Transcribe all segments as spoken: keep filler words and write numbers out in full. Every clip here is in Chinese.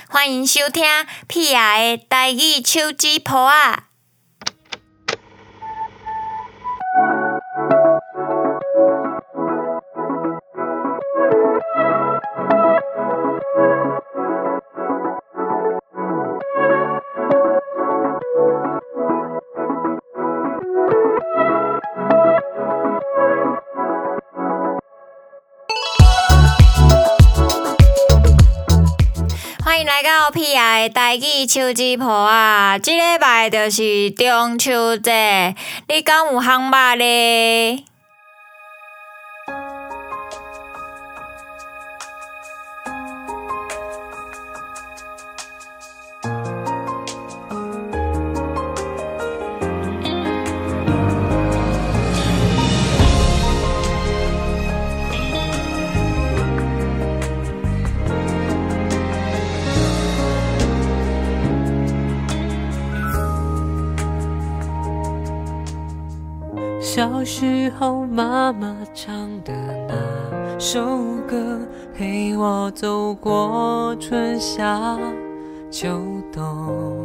欢迎收听屁仔的台语手指抱仔。欢迎来到屁仔的台语手指抱仔，即礼拜就是中秋节，你敢有烘肉咧？ 小时候妈妈唱的那首歌，陪我走过春夏秋冬，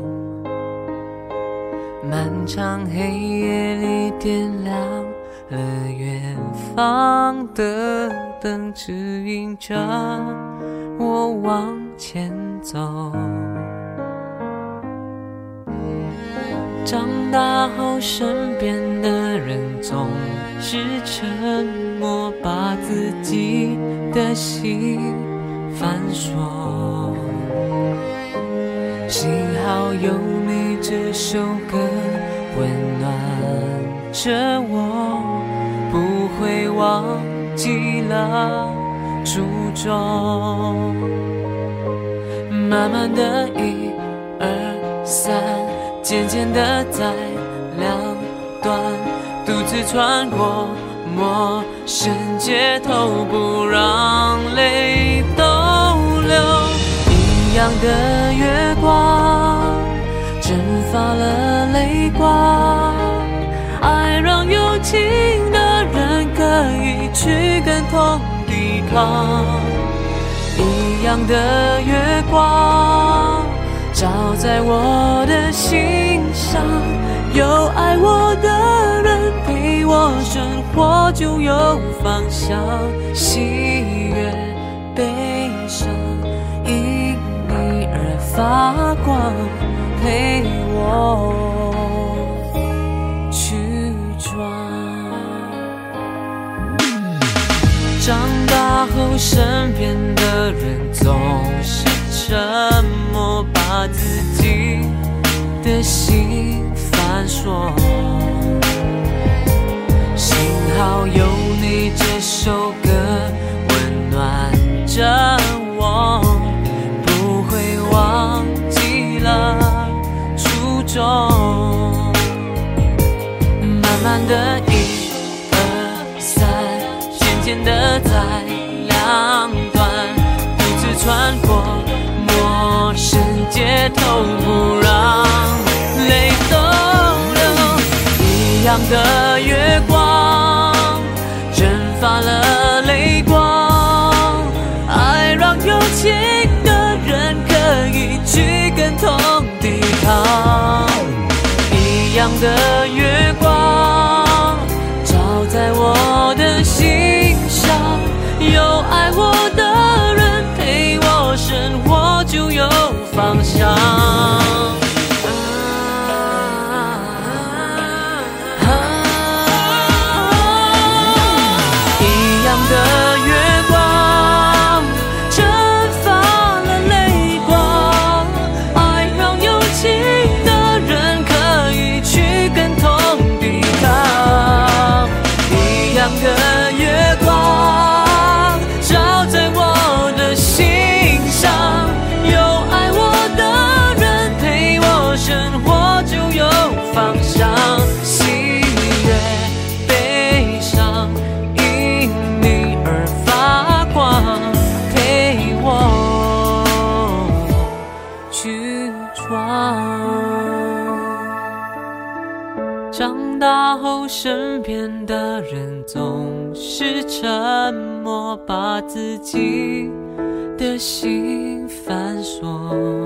漫长黑夜里点亮了远方的灯，指引着我往前走。长大后身边的人总是沉默，把自己的心反锁。幸好有你这首歌温暖着我，不会忘记了初衷。慢慢的一二三，渐渐地在两端，独自穿过陌生街头，不让泪逗留。一样的月光蒸发了泪光，爱让有情的人可以去跟痛抵抗。一样的月光照在我的心上，有爱我的人陪我生活，就有方向。喜悦悲伤因你而发光，陪我去闯。长大后身边的人总是沉默，把自己的心反锁。幸好有你这首歌温暖着我，不会忘记了初衷。慢慢的一二三，渐渐的在两端，独自穿过陌生街头，不让泪逗留。一样的月光蒸发了泪光，爱让有情的人可以去跟痛抵抗。一样的月光照在我的心上，有爱我的人陪我生活，就有方向。一样的月光蒸发了泪光，爱让有情的人可以去跟痛抵抗。一样的月光照在我的心上，有爱我的人陪我生活，就有方向。喜悦悲伤因你而发光，陪我去闯。长大后身边的人总是沉默，把自己的心反锁。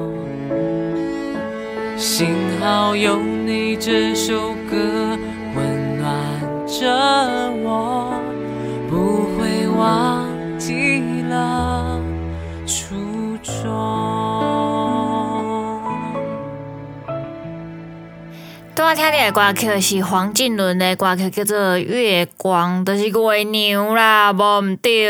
幸好有你这首歌温暖着我，不会忘记了初衷。 拄仔听到的歌曲是黄靖伦的歌曲，叫做《月光》，就是月娘啦，无毋对。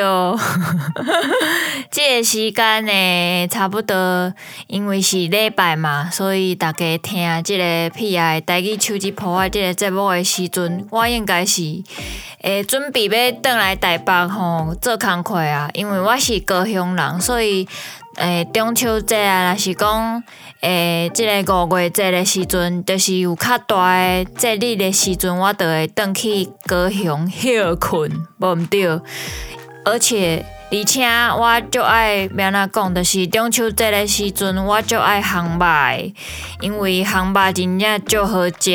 这个时间呢，差不多因为是礼拜嘛，所以大家听这个屁爱台语手机破坏这个节目的时阵，我应该是会准备要转来台北吼做工课啊，因为我是高雄人，所以诶中秋节啊，若是讲。诶，即、这个五月节的时阵，就是有较大的节日的时阵，我就会转去高雄休困，无毋对。而且，而且我就爱要安怎讲，就是中秋节的时阵，我就爱烘肉，因为烘肉真正足好食。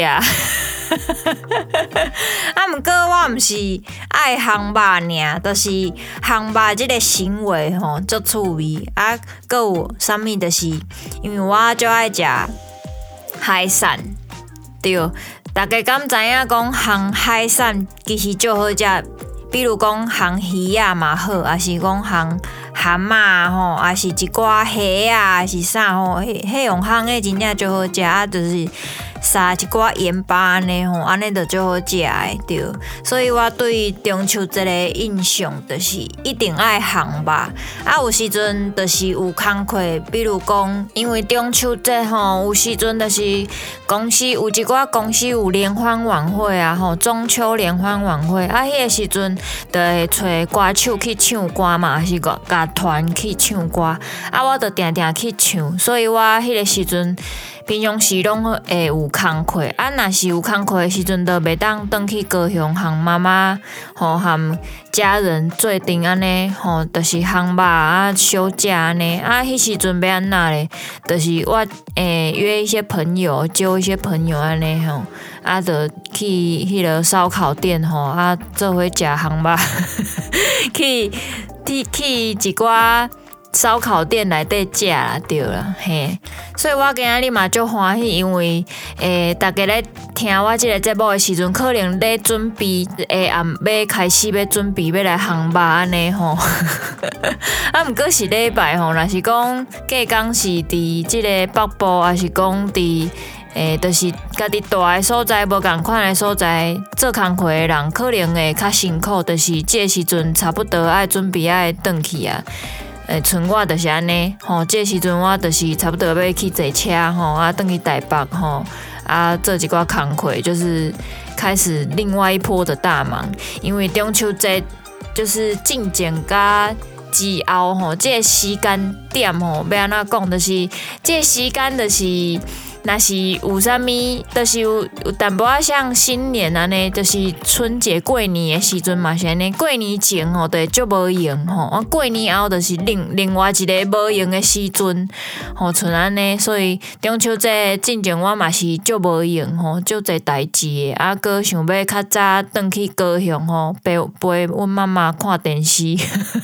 啊，毋过我毋是爱烘肉尔，就是烘肉即个行为吼足趣味。啊，搁有啥物就是，因为我足爱食海产，对，大家敢知影讲烘海产其实足好食，比如讲烘鱼啊嘛好，还是讲烘蛤蟆吼，还是一寡虾啊，还是啥吼，迄迄用烘的真正足好食，啊，就是。撒一寡盐巴安尼吼，安尼就最好食诶，对。所以我对中秋节的印象就是一定爱烘肉。啊，有时阵就是有工课，比如讲，因为中秋节吼，有时阵就是公司有一寡公司有联欢晚会啊，吼，中秋联欢晚会啊，迄个时阵就会找歌手去唱歌嘛，还是甲团去唱歌，啊，我就定定去唱，所以我迄个时阵。平常时拢会有工课，啊，若是有工课的时阵，就袂当转去高雄，和妈妈吼和家人做阵安尼，吼，就是烘肉啊、小食安尼。啊，迄时阵要安那咧？就是我诶、欸、约一些朋友，揪一些朋友安尼吼，啊，就去迄个烧烤店吼，啊，做伙食烘肉，去去去一寡。烧烤店内底食啦，对啦，嘿，所以我今仔日嘛足欢喜，因为诶，大家咧听我即个节目的时阵，可能咧准备诶暗要开始要准备要来烘肉安尼吼。啊，毋过是礼拜吼，若是讲隔工是伫即个北部，还是讲伫诶，就是家己住的所在无共款的所在做工课的人，可能会较辛苦，就是即个时阵差不多爱准备爱转去啊。诶，剩我就是安尼，吼，这时阵我就是差不多要去坐车，吼，啊，转去台北，吼，啊，做一寡工课，就是开始另外一波的大忙。因为中秋节就是进前甲之后，吼，这个时间点，吼，要安怎讲，就是这个时间就是。若是有啥物，就是有有淡薄仔像新年安尼，就是春节过年的时阵嘛是安尼。过年前吼，就会足无用吼，啊过年后就是另另外一个无用的时阵，吼像安尼。所以中秋节进前我嘛是足无用吼，足侪代志的，啊，搁想要较早转去高雄吼，陪陪阮妈妈看电视。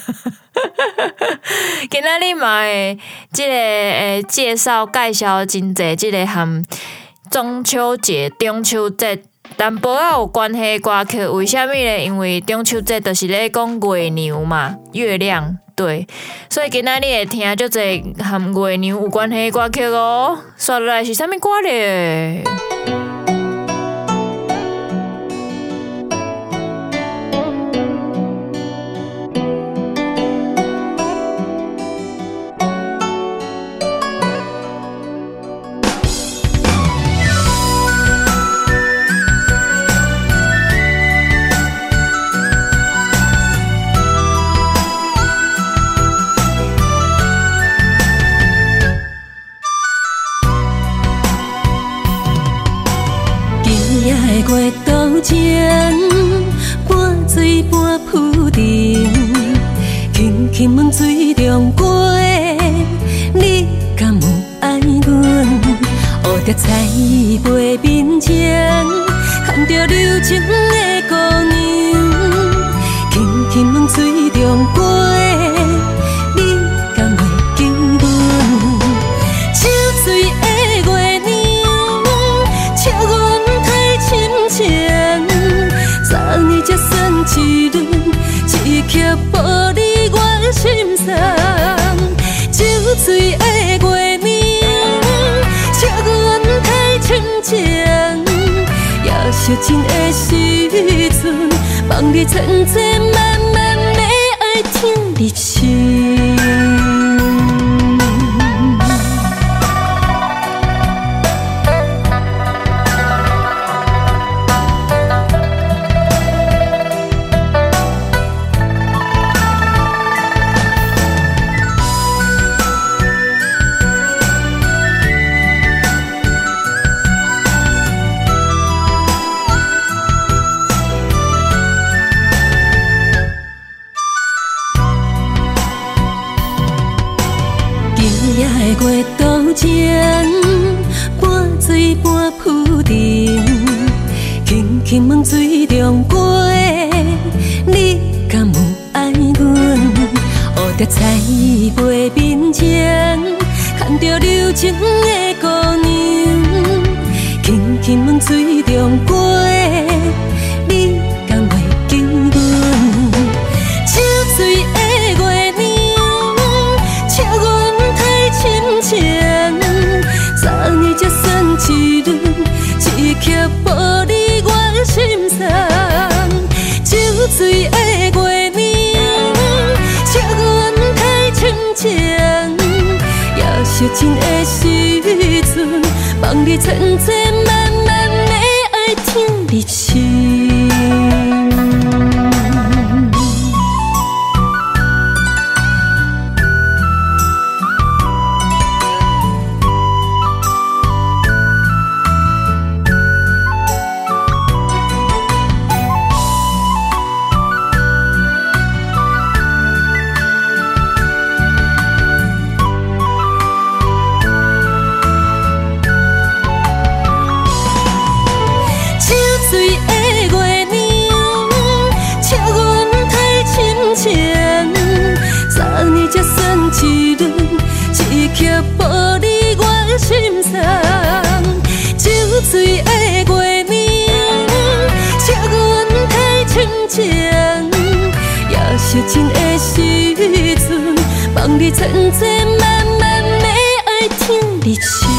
今仔日嘛会即个诶介绍介绍真侪即个和中秋节、中秋节淡薄仔有关系的歌曲，为虾米咧？因为中秋节就是咧讲月娘嘛，月亮对，所以今仔日会听足侪和月娘有关系的歌曲哦。刷落来是啥物歌咧？ 月头前，半水半浮沉，轻轻问水中过，你敢有爱阮？乌蝶彩飞面前，看着柔情的姑娘，轻轻问水中过，你敢会记阮？秋水的月娘。 水的月明，笑阮太清静，也惜真的时阵，望你千千万万的爱听你唱。月渡前，半水半浮沉，轻轻问水中月，你敢有爱阮？乌蝶彩飞面前，看着流情的姑娘，轻轻问水中月，你敢会记阮？秋水的月明，笑阮太深情，昨日才算一轮，一刻无你我心酸。秋水的月明，笑阮太深情，也惜真的时阵，望你千千万万的爱听你唱。水的月明，笑阮太深情，也惜真的时阵，望你千千万万的爱听你唱。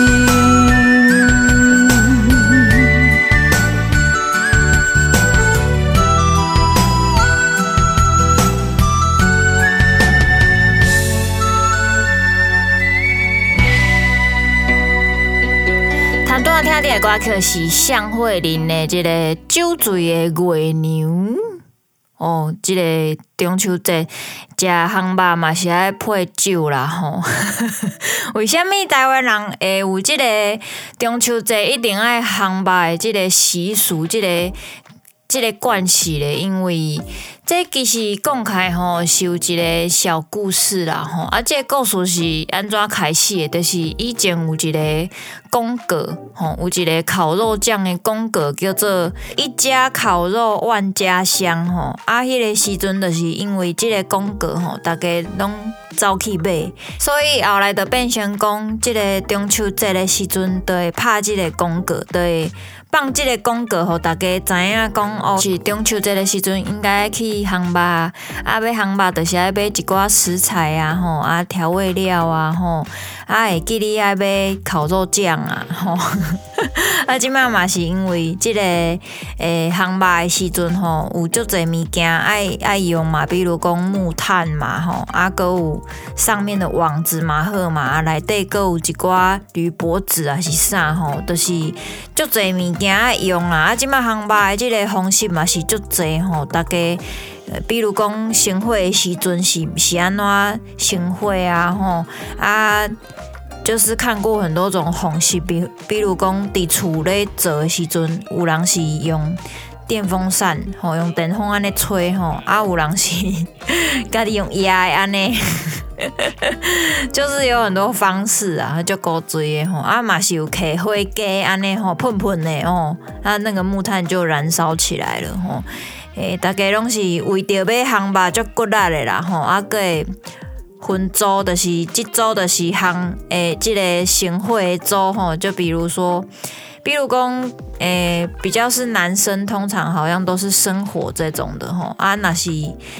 拄仔听到的歌曲是向慧琳的这个《酒醉的月娘》哦，这个中秋节食烘肉嘛是爱配酒啦吼。为什么台湾人会有这个中秋节一定爱烘肉的这个习俗，这个这个惯习咧？因为这其实讲开吼是有一个小故事啦吼，啊，这个故事是安怎开始的？就是以前有一个宫格吼，有一个烤肉酱的宫格叫做一家烤肉万家香吼，啊，迄个时阵就是因为这个宫格吼，大家拢走去买，所以后来就变成讲，这个中秋节的时阵，就会拍这个宫格，就会放这个广告，互大家知影讲哦，是中秋节的时阵应该去烘肉，啊，要烘肉就是爱买一寡食材啊，吼啊调味料啊，吼啊会记你爱买烤肉酱啊，吼啊，即摆嘛是因为即、這个诶烘肉的时阵吼，有足侪物件爱爱用嘛，比如讲木炭嘛，吼啊，搁有上面的网子嘛好嘛，啊内底搁有一寡铝箔纸啊是啥吼，就是足侪物件爱用啦。啊，即摆烘肉的即个方式嘛是足侪吼，大家。比如讲生火的时阵是是安怎生火啊吼啊，就是看过很多种方式，比比如讲伫厝咧做的时阵，有人是用电风扇吼，用电风安尼吹吼，啊有人是家己用压的安尼，就是有很多方式啊，就够多的吼，啊嘛是有开火架安尼吼，喷喷的哦，啊那个木炭就燃烧起来了吼。诶，大家拢是为着要烘肉足骨力的啦吼，啊，个会分组，就是即组就是烘诶，即、這个生火的组吼，就比如说，比如讲诶，比较是男生，通常好像都是生火这种的吼，啊，那是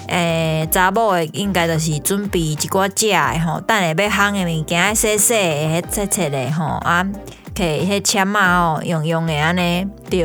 诶，查某诶，应该就是准备一寡食诶吼，等下要烘诶物件，洗洗诶，迄切切诶吼，啊，摕迄签啊吼，用用诶安尼对。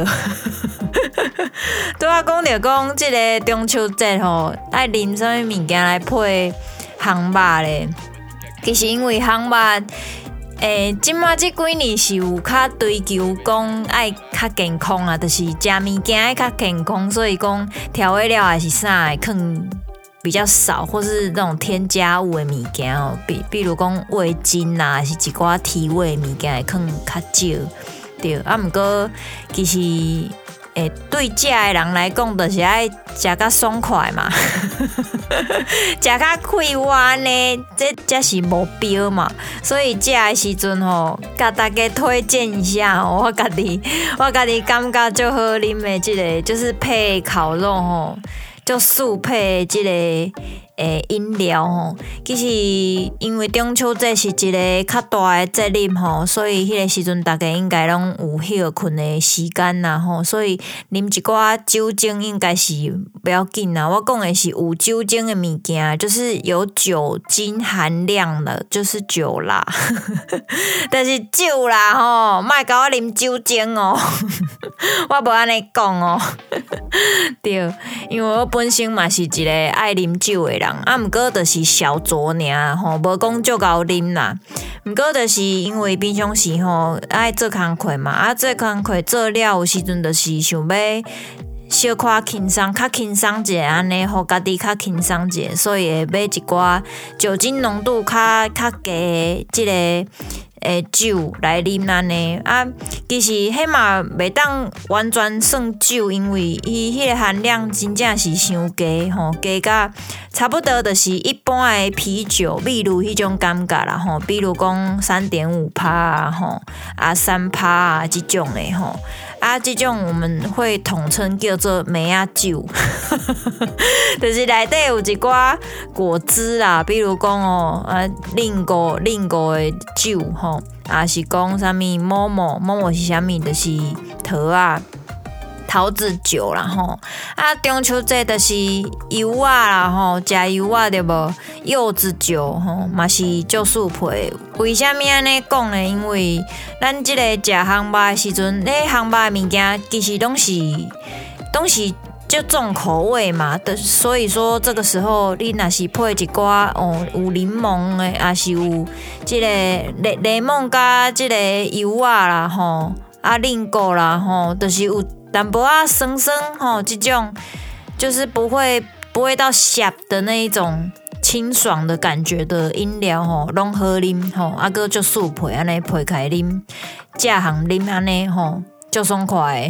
拄仔讲着讲，即个中秋节吼，爱啉啥物物件来配烘肉咧？其实因为烘肉。诶，即马即几年是有较追求讲爱较健康啊，就是食物件爱较健康，所以讲调味料还是啥会放比较少，或是那种添加物的物件哦，比比如讲味精啊，还是一寡提味的物件会放较少，对。啊，毋过其实。诶，对食的人来讲，就是爱食较爽快嘛，食较快活呢，这才是目标嘛。所以食的时阵吼，甲大家推荐一下吼，我家己我家己感觉最好啉的即个，就是配烤肉吼，就速配即个。诶，饮料吼，其实因为中秋节是一个较大诶节日吼，所以迄个时阵大家应该拢有休困诶时间啦吼，所以啉一寡酒精应该是不要紧啦。我讲诶是有酒精诶物件，就是有酒精含量的，就是酒啦。但是酒啦吼，莫甲我啉酒精哦，我无安尼讲哦。对，因为我本身嘛是一个爱啉酒诶人。啊，毋过就是小酌尔吼，无讲足够啉啦。毋过就是因为平常时吼爱做工课嘛，啊做工课做了有时阵就是想要小可轻松，较轻松者安尼，互家己较轻松者，所以会买一寡酒精浓度较较低的即个。诶，酒来啉安尼啊，其实迄嘛袂当完全算酒，因为伊迄个含量真正是伤低吼，低甲差不多就是一般诶啤酒，比如迄种感觉啦吼，比如讲三点五趴啊吼，啊三趴啊即种诶吼。啊，这种我们会统称叫做梅亚酒，就是内底有一寡果汁啦，比如讲哦，啊，另个另个的酒吼，啊是讲啥物某某某某是啥物，就是桃啊。桃子酒啦吼，啊中秋节就是柚啊啦吼，食柚啊对无？柚子酒吼嘛是足速配。为虾米安尼讲呢？因为咱即个食烘肉的时阵，咧烘肉的物件其实拢是拢是就重口味嘛的，所以说这个时候你若是配一寡哦有柠檬的，也是有即个柠柠檬加即个柚啊啦吼，啊另个啦吼，就是有。淡薄啊酸酸吼，这种就是不会不会到涩的那一种清爽的感觉的饮料吼，拢好啉吼，啊个就速配安尼配开啉，正行啉安尼吼，就爽快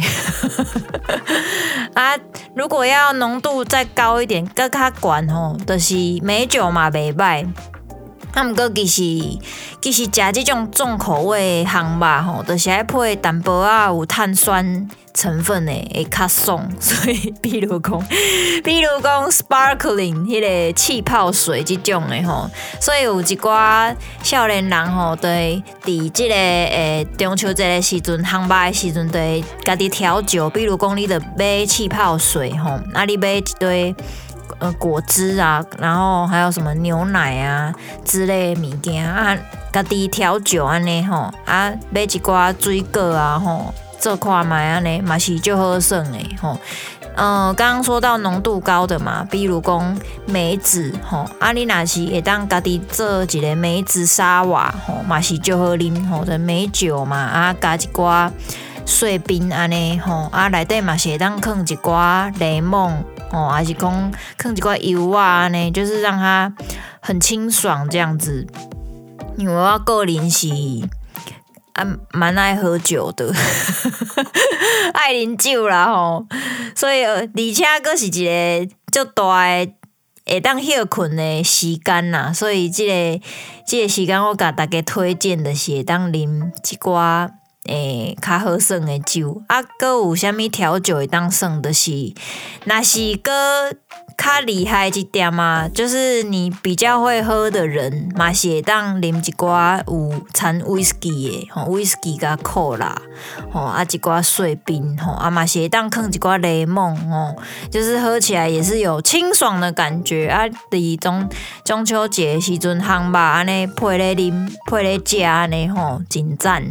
啊！如果要浓度再高一点，更较悬吼，就是美酒嘛袂歹。啊，毋过其实其实食即种重口味的烘肉吼，就是爱配淡薄仔有碳酸成分的会较爽，所以比如讲，比如讲 sparkling 迄个气泡水即种的吼，所以有一寡少年人吼，就会伫即个诶中秋节的时阵，烘肉的时阵，就会家己调酒，比如讲你著买气泡水吼，啊你买一堆。呃，果汁啊，然后还有什么牛奶啊之类的物件啊，家己调酒安尼吼，啊买一寡水果啊吼，做看卖安尼嘛是就好耍的吼。呃，刚刚说到浓度高的嘛，比如讲梅子吼，啊你若是会当家己做一个梅子沙瓦吼，嘛是就好啉吼，就梅酒嘛，啊加一寡碎冰安尼吼，啊内底嘛是会当放一寡柠檬。哦，还是讲放一块油啊，安尼就是让它很清爽这样子。因为我个人是啊蛮爱喝酒的，爱啉酒啦吼，所以而且佫是一个足大的会当休困的时间啦，所以即、這個即、這個時間我甲大家推薦的是會當啉一寡诶较好耍的酒，啊，搁有啥物调酒会当耍，就是若是搁较厉害一点啊，就是你比较会喝的人，嘛是会当啉一寡有掺威士忌的，吼，威士忌甲可乐，吼，啊一寡碎冰，吼，啊嘛是会当放一寡柠檬，吼，就是喝起来也是有清爽的感觉啊。伫中中秋节的时阵，烘肉安尼配咧啉，配咧食安尼吼，真赞，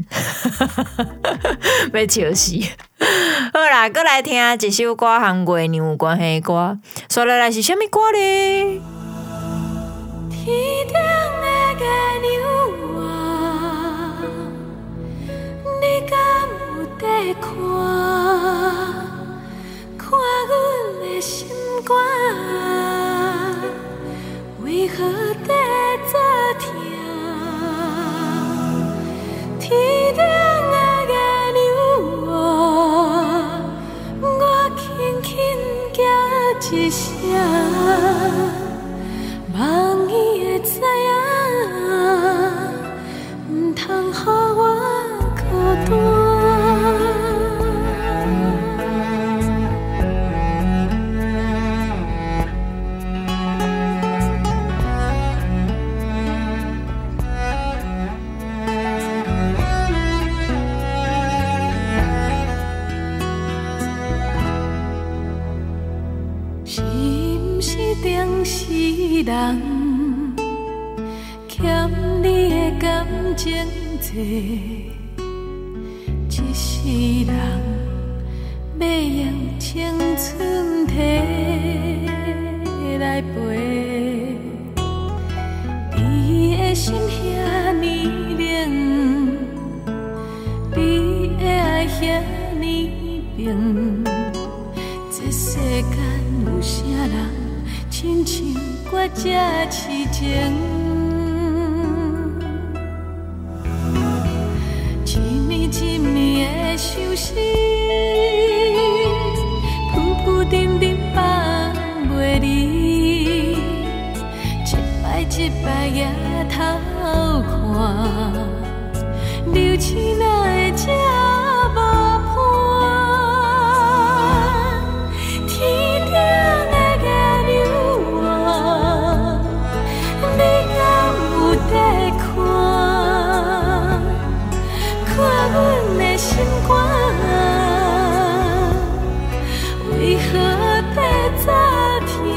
要笑死。好啦，搁来听一首歌，和月亮有关系的歌。刷落来是啥物歌呢？ 天顶的月亮啊，你敢有在看？看阮的心肝，为何在作痛？天顶的月亮啊，我轻轻叫一声，望伊会知影，唔通予我孤单。当时人欠你的感情多，一世人要用青春摕来陪。你的心遐呢冷，你的爱遐呢冰，这世间有啥人？亲像我这痴情，一暝一暝的相思，浮浮沉沉放袂离，一摆一摆抬头看，流星哪会这无伴？天顶阮的心肝，为何在作痛？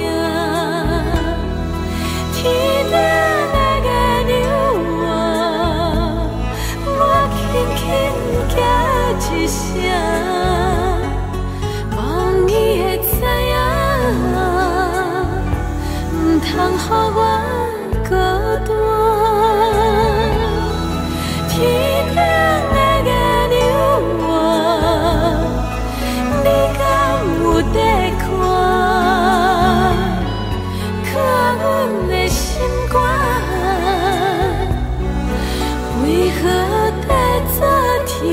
天顶的月亮啊，我轻轻叫一声，望伊会知影，唔通予我孤单。天顶在看，看阮的心肝，为何在作痛？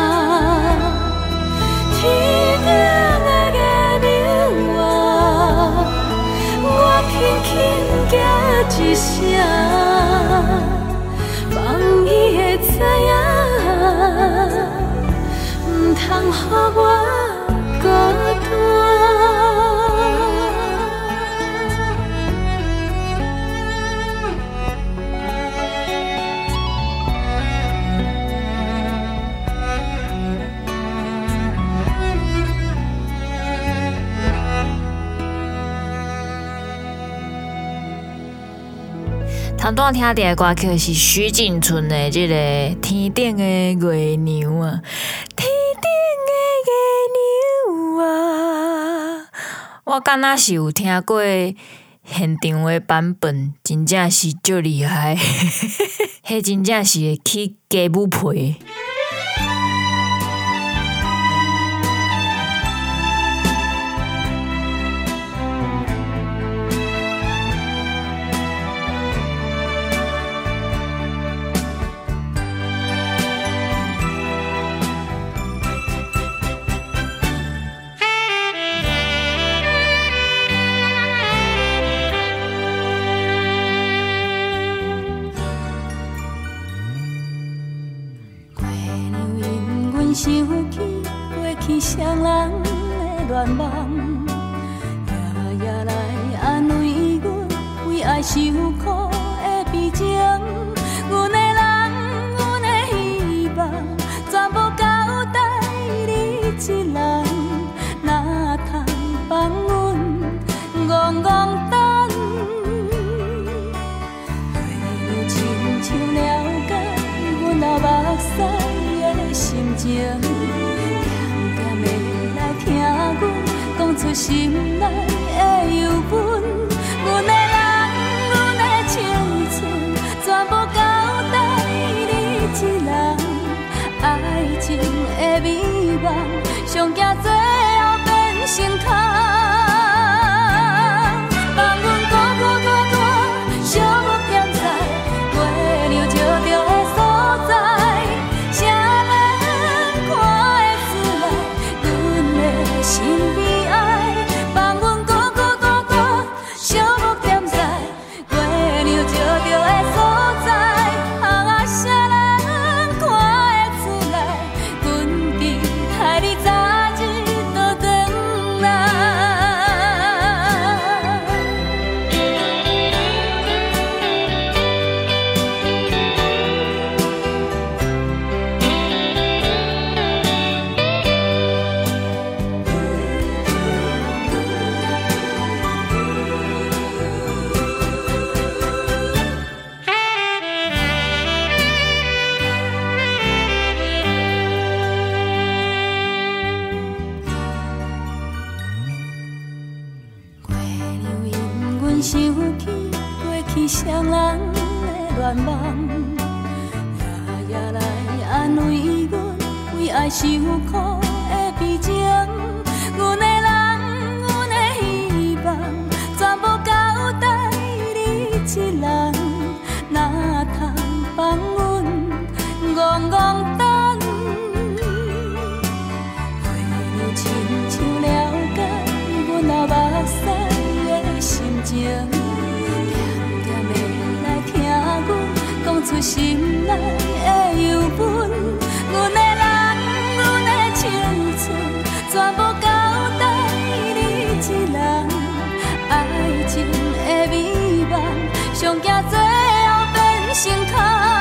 天顶的月亮啊，我轻轻叫一声，望伊会知影，唔通予我孤单。 头段听到的歌曲是徐锦存的这个《天顶的月亮》啊，天顶的月亮啊，我敢若是有听过现场的版本，真正是足厉害，迄真正是会去鸡母皮。 月想起过去双人的恋梦，夜夜来安慰阮为爱受苦的悲情。阮的人，阮的希望，全部交代你一人，哪通放阮戆戆等？为亲像了解阮老目屎的心情，点点的来听阮讲出心内的忧闷。阮的人，阮的青春，全部交代你一人。爱情的美梦，上惊最后变成空。放阮孤孤单单，寂寞点在月亮照着的所在，谁人看会出来阮的心悲哀？放阮孤孤单单，寂寞点在月亮照着的所在，啊，谁人看会出来阮伫海里早日倒转来？月亮引阮想起过去双人的恋梦，夜夜来安慰阮为爱受苦的悲情。阮的人，阮的希望，全部交代你一人，哪通放阮戆戆等？为了亲像了解阮老目屎的心情，点点的来听阮讲出心内的忧闷。阮的人，阮的青春，全部交代你一人。爱情的美梦，上惊最后变成空。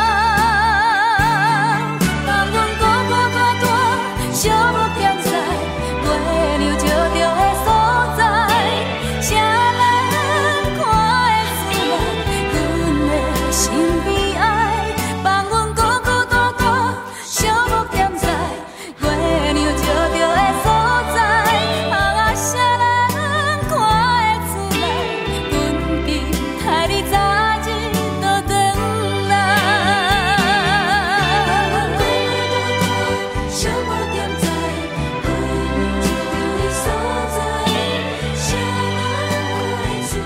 放阮孤孤单单，寂寞点在月亮照着的所在，谁人看会出来阮的心悲哀？放阮孤孤单单，寂寞点在月亮照着的所在，啊，谁人看会出来阮伫海里早日倒转来？寂寞点在月亮照着的所在，谁人看会出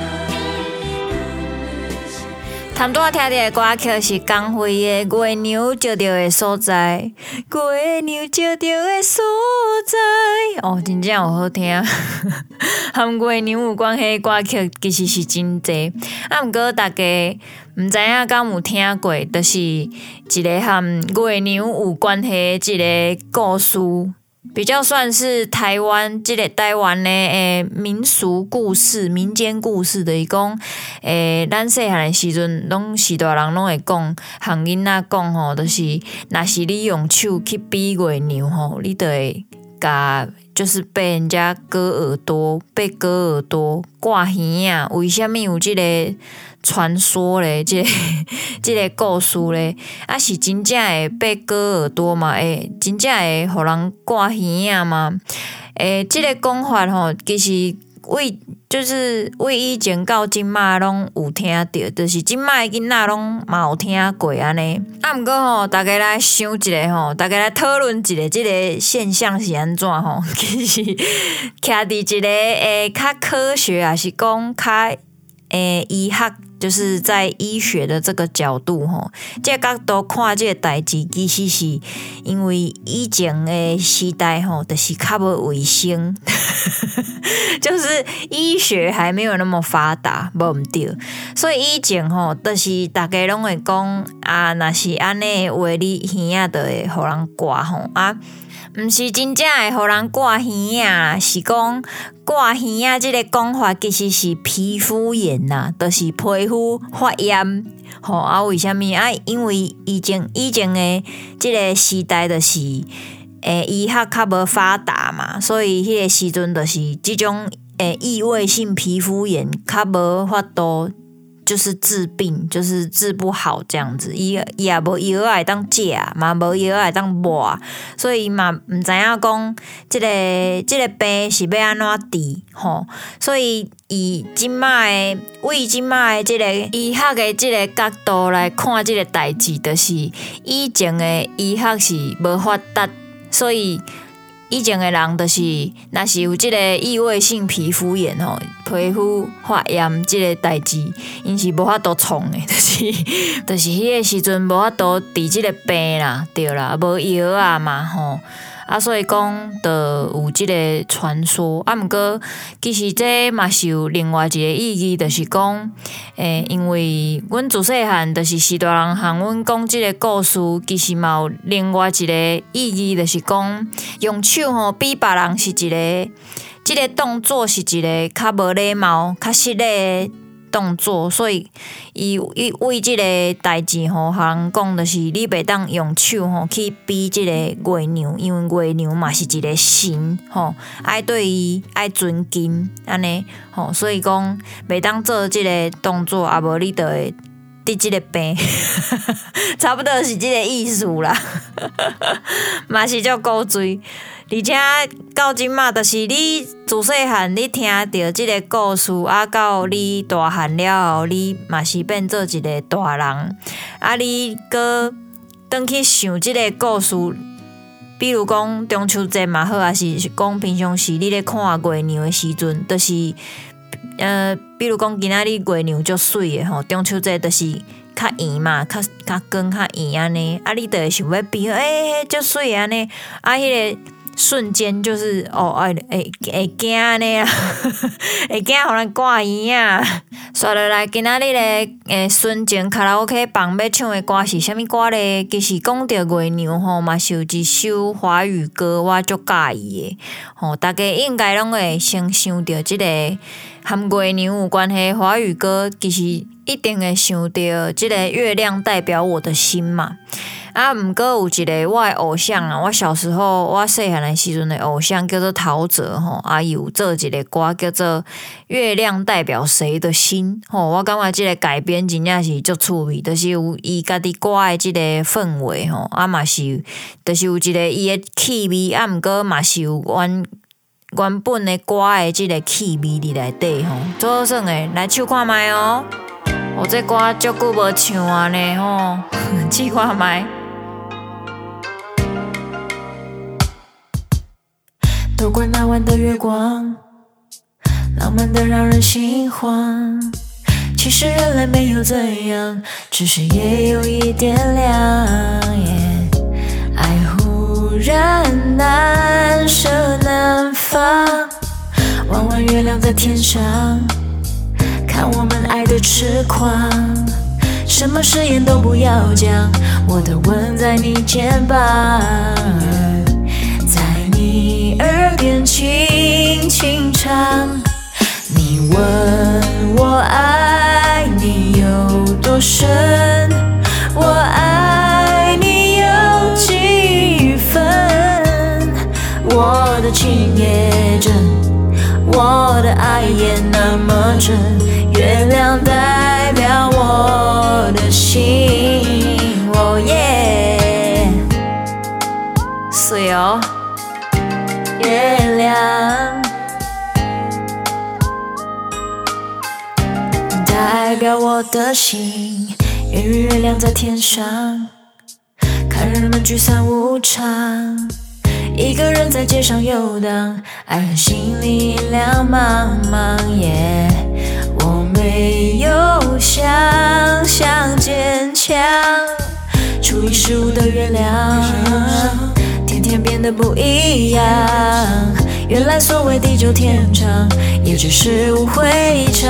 来？ 谈拄仔听到的歌曲是江蕙的《月娘照着的所在》，月娘照着的所在，哦，真正有好听，和月娘有关系的歌曲其实是真济，啊，毋过大家毋知影敢有听过，就是一个和月娘有关系的一个故事。比较算是台湾即个台湾的诶民俗故事、民间故事，就是讲诶，咱细汉的时阵，拢时大人拢会讲，和囡仔讲吼，就是若是你用手去比月娘吼，你就会甲就是被人家割耳朵，被割耳朵挂耳啊。为什么有即个传说咧？即、这个即个故事咧，啊是真正会被割耳朵嘛？会真正会互人挂耳啊嘛？诶，即、这个讲法吼，其实为就是为以前到今嘛拢有听到，就是今嘛的囡仔拢嘛有听过安尼。啊，毋过吼，大家来想一下吼，大家来讨论一下即个现象是安怎吼？其实徛伫一个诶较科学，还是讲较诶医学，就是在医学的这个角度吼，这个角度看这个代志，其实是因为以前的时代吼，就是较无卫生，就是医学还没有那么发达，无毋对。所以以前吼，就是大家拢会讲啊，若是安尼话，你耳仔就会互人刮吼啊。毋是真正会互人挂耳仔，是讲挂耳仔即个讲法其实是皮肤炎呐，就是皮肤发炎。吼啊，为虾米啊？因为以前以前的即个时代就是诶医学较无发达嘛，所以迄个时阵就是即种诶异位性皮肤炎较无法度。就是治病，就是治不好这样子，伊伊也无药来当食，嘛无药来当抹，所以嘛毋知影讲即个即个病是要安怎治吼，所以以即卖的为即卖的即个医学的即个角度来看即个代志，就是以前的医学是无发达，所以。以前的人就是，若是有即个异位性皮肤炎吼，皮肤发炎即个代志，因是无法度创的，就是，就是迄个时阵无法度治即个病啦，对啦，无药啊嘛吼。啊，所以讲，就有即个传说。啊，毋过其实这嘛是有另外一个意义，就是讲，诶、欸，因为阮自细汉就是时大人向阮讲即个故事，其实嘛有另外一个意义，就是讲，用手吼比别人是一个，即个动作是一个较无礼貌、较失礼的动作，所以伊伊为即个代志吼，向人讲就是你袂当用手吼去比即个月娘，因为月娘嘛是一个神吼，爱对伊爱尊敬安尼吼，所以讲袂当做即个动作，啊无你就会得即个病，差不多是即个意思啦，嘛是足古锥。而且到即马，就是你自细汉你听到即个故事，啊，到你大汉了后，你嘛是变做一个大人，啊，你搁转去想即个故事，比如讲中秋节嘛好，还是讲平常时你咧看月娘的时阵，就是呃，比如讲今仔日月娘足水的吼，中秋节就是较圆嘛，较较光较圆安尼，啊，你就会想要比诶，足水安尼，啊，迄个。瞬间就是哦，哎会会惊安尼啦，会惊互人挂耳啊！刷落来今仔日咧，诶，纯情卡拉 OK 房要唱的歌是啥物歌咧？其实讲到月娘吼，嘛是有一首华语歌，我足介意的吼，大家应该拢会先想到即个和月娘有关系华语歌，其实一定会想到即个月亮代表我的心嘛。啊，毋过有一个我的偶像啊，我小时候我细汉的时阵的偶像叫做陶喆吼，啊有做一个歌叫做《月亮代表谁的心》吼，我感觉即个改编真正是足趣味，就是有伊家己歌的即个氛围吼，啊嘛是，就是有一个伊的气味，啊毋过嘛是有原原本的歌的即个气味伫内底吼，足好耍的，来唱看卖哦。我这歌足久无唱啊呢吼，试看卖。 透过那晚的月光，浪漫的让人心慌。其实人类没有怎样，只是也有一点凉。Yeah. 爱忽然难舍难放，弯弯月亮在天上，看我们爱的痴狂。什么誓言都不要讲，我的吻在你肩膀。你耳边轻轻唱，你问我爱你有多深，我爱你有几分？我的情也真，我的爱也那么真，月亮代表我的心。哦耶， 水哦。 月亮代表我的心，圆圆月亮在天上，看人们聚散无常，一个人在街上游荡，爱人心里亮茫茫。耶，我没会有想象坚强。初一十五的月亮，天天变得不一样。原来所谓地久天长，也只是误会一场。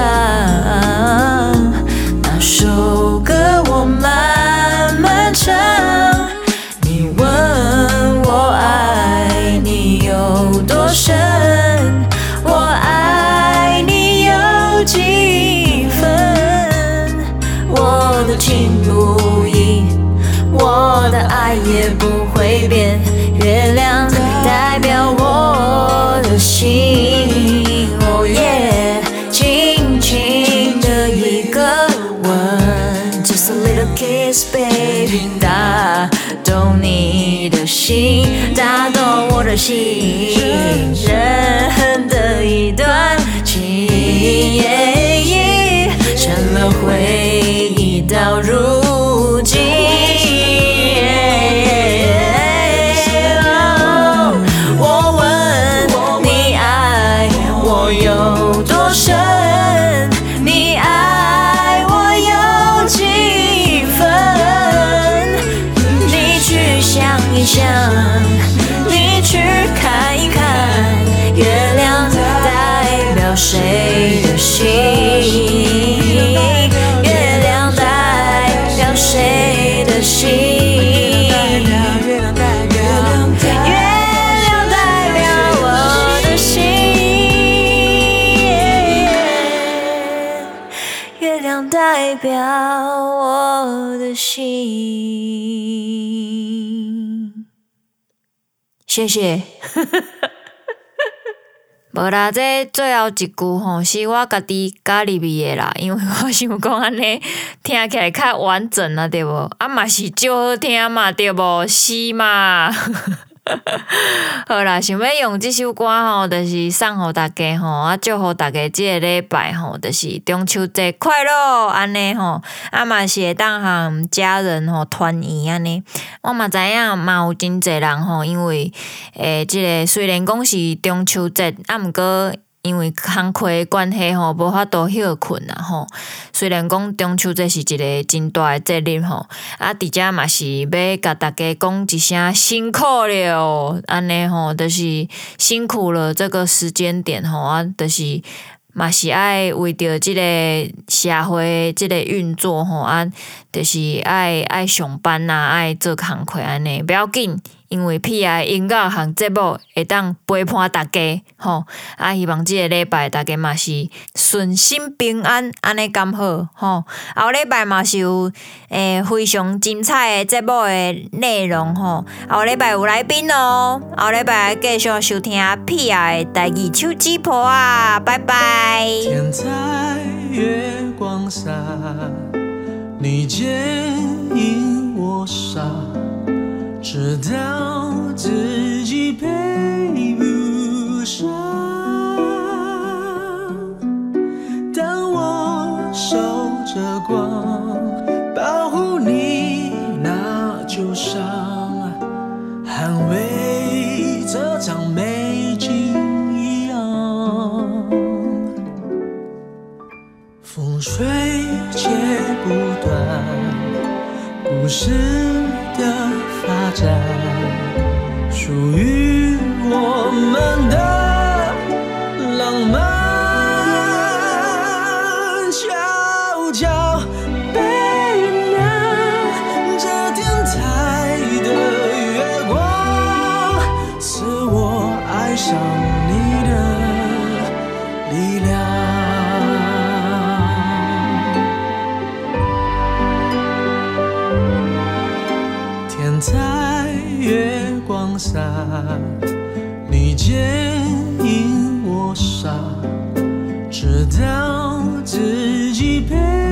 那首歌我慢慢唱，你问我爱你有多深，我爱你有几分？我的情不移，我的爱也不会变。月亮代表我的心，哦耶，轻轻的一个吻 ，Just a little kiss, baby， 打动你的心，打动我的心，人的一段情，成了回忆到如今。有多深？你爱我有几分？你去想一想，你去看一看，月亮代表谁的心？月亮代表谁的心？代表我的心。谢谢。无啦，这最后一句吼是我家己加入去的啦，因为我想讲安尼听起来较完整啊，对无？啊嘛是少好听嘛，对无？是嘛？好啦，想要用这首歌吼，就是送互大家吼，啊祝福大家这个礼拜吼，就是中秋节快乐安尼吼，啊嘛是会当和家人吼团圆安尼。我嘛知影嘛有真侪人吼，因为诶，即、这个虽然讲是中秋节，啊毋过因为工课的关系吼，无法度休困啦吼。虽然讲中秋节是一个真大的节日吼，啊，伫遮嘛是要甲大家讲一声辛苦了，安尼吼，就是辛苦了这个时间点吼，啊，就是嘛是爱为着即个社会即个运作吼，啊，就是爱爱上班呐，爱做工课安尼，不要紧。因为P I音乐和节目会当陪伴大家吼，啊，希望即个礼拜大家嘛是顺心平安，安尼刚好吼。后礼拜嘛是有诶非常精彩的节目的内容吼，后礼拜有来宾哦，后礼拜继续收听 P I 的台语手指谱啊，拜拜。 天在月光下，你牵引我傻。直到自己配不上，当我守着光，保护你那旧伤，捍卫这场美景一样。风吹且不断，故事的发展，属于我们的浪漫，悄悄背亮这天台的月光，赐我爱上你的力量。天在月光下，你牵引我傻，直到自己陪。